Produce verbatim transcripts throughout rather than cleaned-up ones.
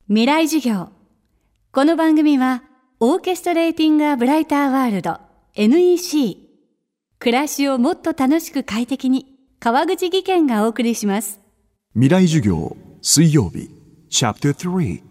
未来授業。この番組はオーケストレーティング・ア・ブライター・ワールド エヌイーシー 暮らしをもっと楽しく快適に川口義賢がお送りします。 未来授業水曜日チャプタースリー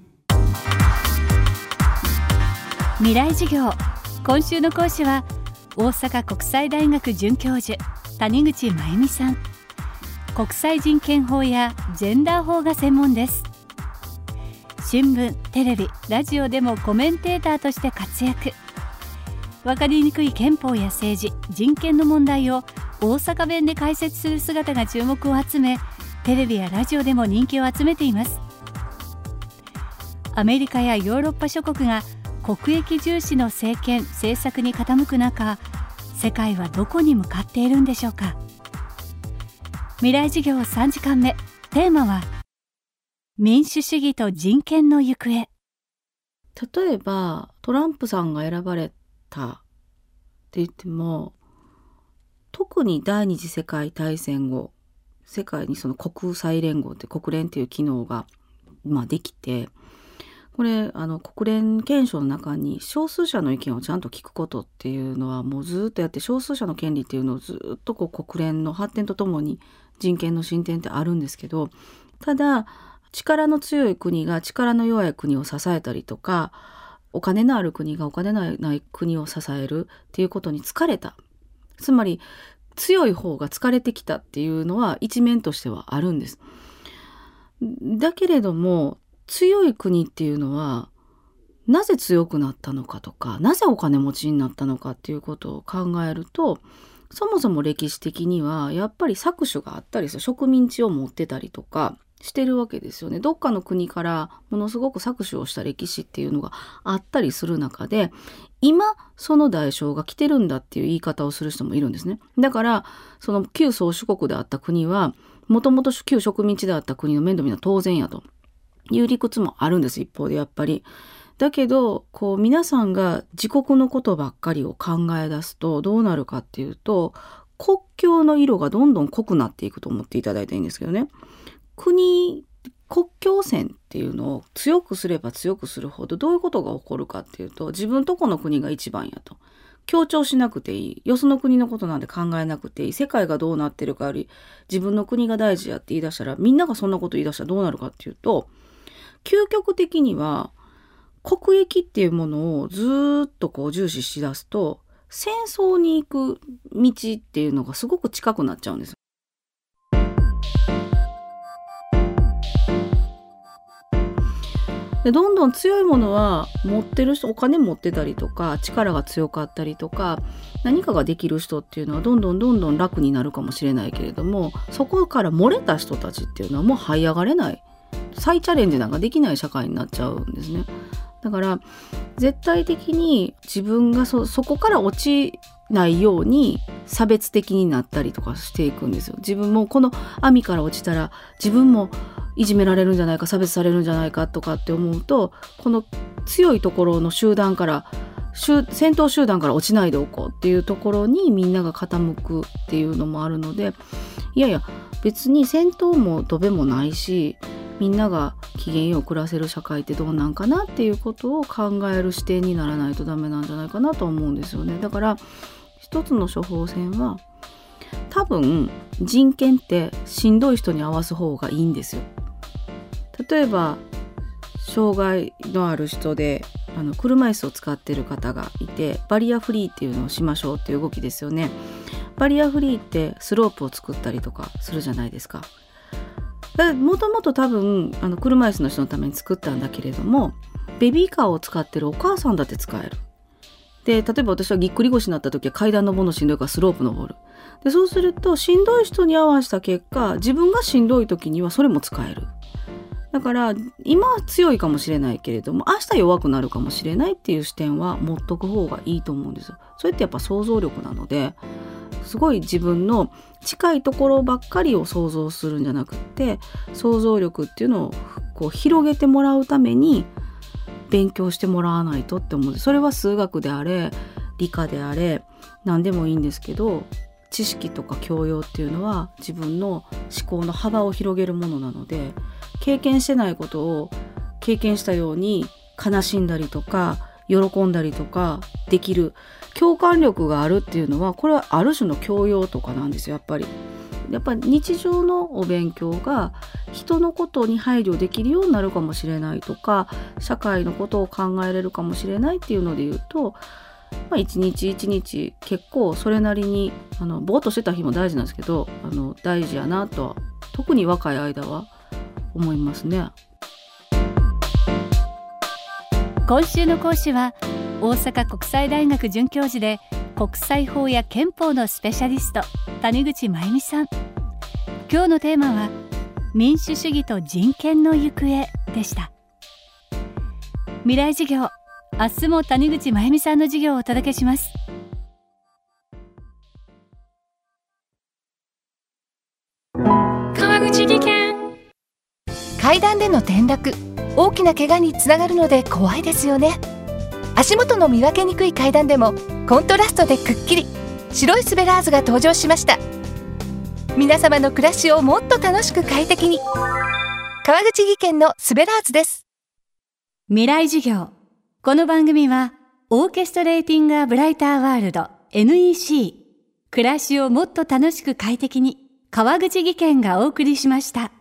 未来授業。今週の講師は大阪国際大学准教授谷口真由美さん。国際人権法やジェンダー法が専門です。新聞、テレビ、ラジオでもコメンテーターとして活躍。わかりにくい憲法や政治、人権の問題を大阪弁で解説する姿が注目を集め、テレビやラジオでも人気を集めています。アメリカやヨーロッパ諸国が国益重視の政権・政策に傾く中、世界はどこに向かっているんでしょうか。未来授業さんじかんめ、テーマは民主主義と人権の行方。 例えばトランプさんが選ばれたって言っても、特に第二次世界大戦後、世界にその国際連合って国連っていう機能が、まあ、できて、これあの国連憲章の中に少数者の意見をちゃんと聞くことっていうのはもうずっとやって、少数者の権利っていうのをずっとこう国連の発展とともに人権の進展ってあるんですけど、ただ力の強い国が力の弱い国を支えたりとか、お金のある国がお金のない国を支えるっていうことに疲れた。つまり強い方が疲れてきたっていうのは一面としてはあるんです。だけれども強い国っていうのはなぜ強くなったのかとか、なぜお金持ちになったのかっていうことを考えると、そもそも歴史的にはやっぱり搾取があったりする、植民地を持ってたりとかしてるわけですよね。どっかの国からものすごく搾取をした歴史っていうのがあったりする中で、今その代償が来てるんだっていう言い方をする人もいるんですね。だからその旧宗主国であった国はもともと旧植民地であった国の面倒見るのは当然やという理屈もあるんです。一方でやっぱりだけどこう皆さんが自国のことばっかりを考え出すとどうなるかっていうと、国境の色がどんどん濃くなっていくと思っていただいたらいいんですけどね。国国境線っていうのを強くすれば強くするほどどういうことが起こるかっていうと、自分とこの国が一番やと強調しなくていい、よその国のことなんて考えなくていい、世界がどうなってるかより自分の国が大事やって言い出したら、みんながそんなこと言い出したらどうなるかっていうと、究極的には国益っていうものをずっとこう重視しだすと、戦争に行く道っていうのがすごく近くなっちゃうんです。でどんどん強いものは持ってる人、お金持ってたりとか力が強かったりとか何かができる人っていうのはどんどんどんどん楽になるかもしれないけれども、そこから漏れた人たちっていうのはもう這い上がれない、再チャレンジなんかできない社会になっちゃうんですね。だから絶対的に自分が そ, そこから落ちないように差別的になったりとかしていくんですよ。自分もこの網から落ちたら自分もいじめられるんじゃないか、差別されるんじゃないかとかって思うと、この強いところの集団から戦闘集団から落ちないでおこうっていうところにみんなが傾くっていうのもあるので、いやいや別に戦闘もどべもないし、みんなが機嫌よく暮らせる社会ってどうなんかなっていうことを考える視点にならないとダメなんじゃないかなと思うんですよね。だから一つの処方箋は、多分人権ってしんどい人に合わす方がいいんですよ。例えば障害のある人であの車椅子を使っている方がいて、バリアフリーっていうのをしましょうっていう動きですよね。バリアフリーってスロープを作ったりとかするじゃないですか。もともと多分あの車椅子の人のために作ったんだけれども、ベビーカーを使ってるお母さんだって使える。で例えば私はぎっくり腰になった時は階段登るのしんどいからスロープ登る。でそうするとしんどい人に合わせた結果、自分がしんどい時にはそれも使える。だから今は強いかもしれないけれども、明日弱くなるかもしれないっていう視点は持っとく方がいいと思うんですよ。それってやっぱ想像力なので、すごい自分の近いところばっかりを想像するんじゃなくて、想像力っていうのをこう広げてもらうために勉強してもらわないとって思うんです。それは数学であれ理科であれ何でもいいんですけど、知識とか教養っていうのは自分の思考の幅を広げるものなので、経験してないことを経験したように悲しんだりとか喜んだりとかできる共感力があるっていうのは、これはある種の教養とかなんですよ。やっぱりやっぱり日常のお勉強が人のことに配慮できるようになるかもしれないとか、社会のことを考えれるかもしれないっていうので言うと、まあ、一日一日結構それなりにあのぼーっとしてた日も大事なんですけど、あの大事やなとは特に若い間は思いますね。 今週の講師は大阪国際大学准教授で国際法や憲法のスペシャリスト谷口真由美さん。今日のテーマは民主主義と人権の行方でした。未来授業、明日も谷口真由美さんの授業をお届けします。 川口技研。階段での転落、大きな怪我につながるので怖いですよね。足元の見分けにくい階段でもコントラストでくっきり白いスベラーズが登場しました。皆様の暮らしをもっと楽しく快適に、川口技研のスベラーズです。 未来授業、この番組はオーケストレーティングアブライターワールド エヌイーシー、 暮らしをもっと楽しく快適に、川口技研がお送りしました。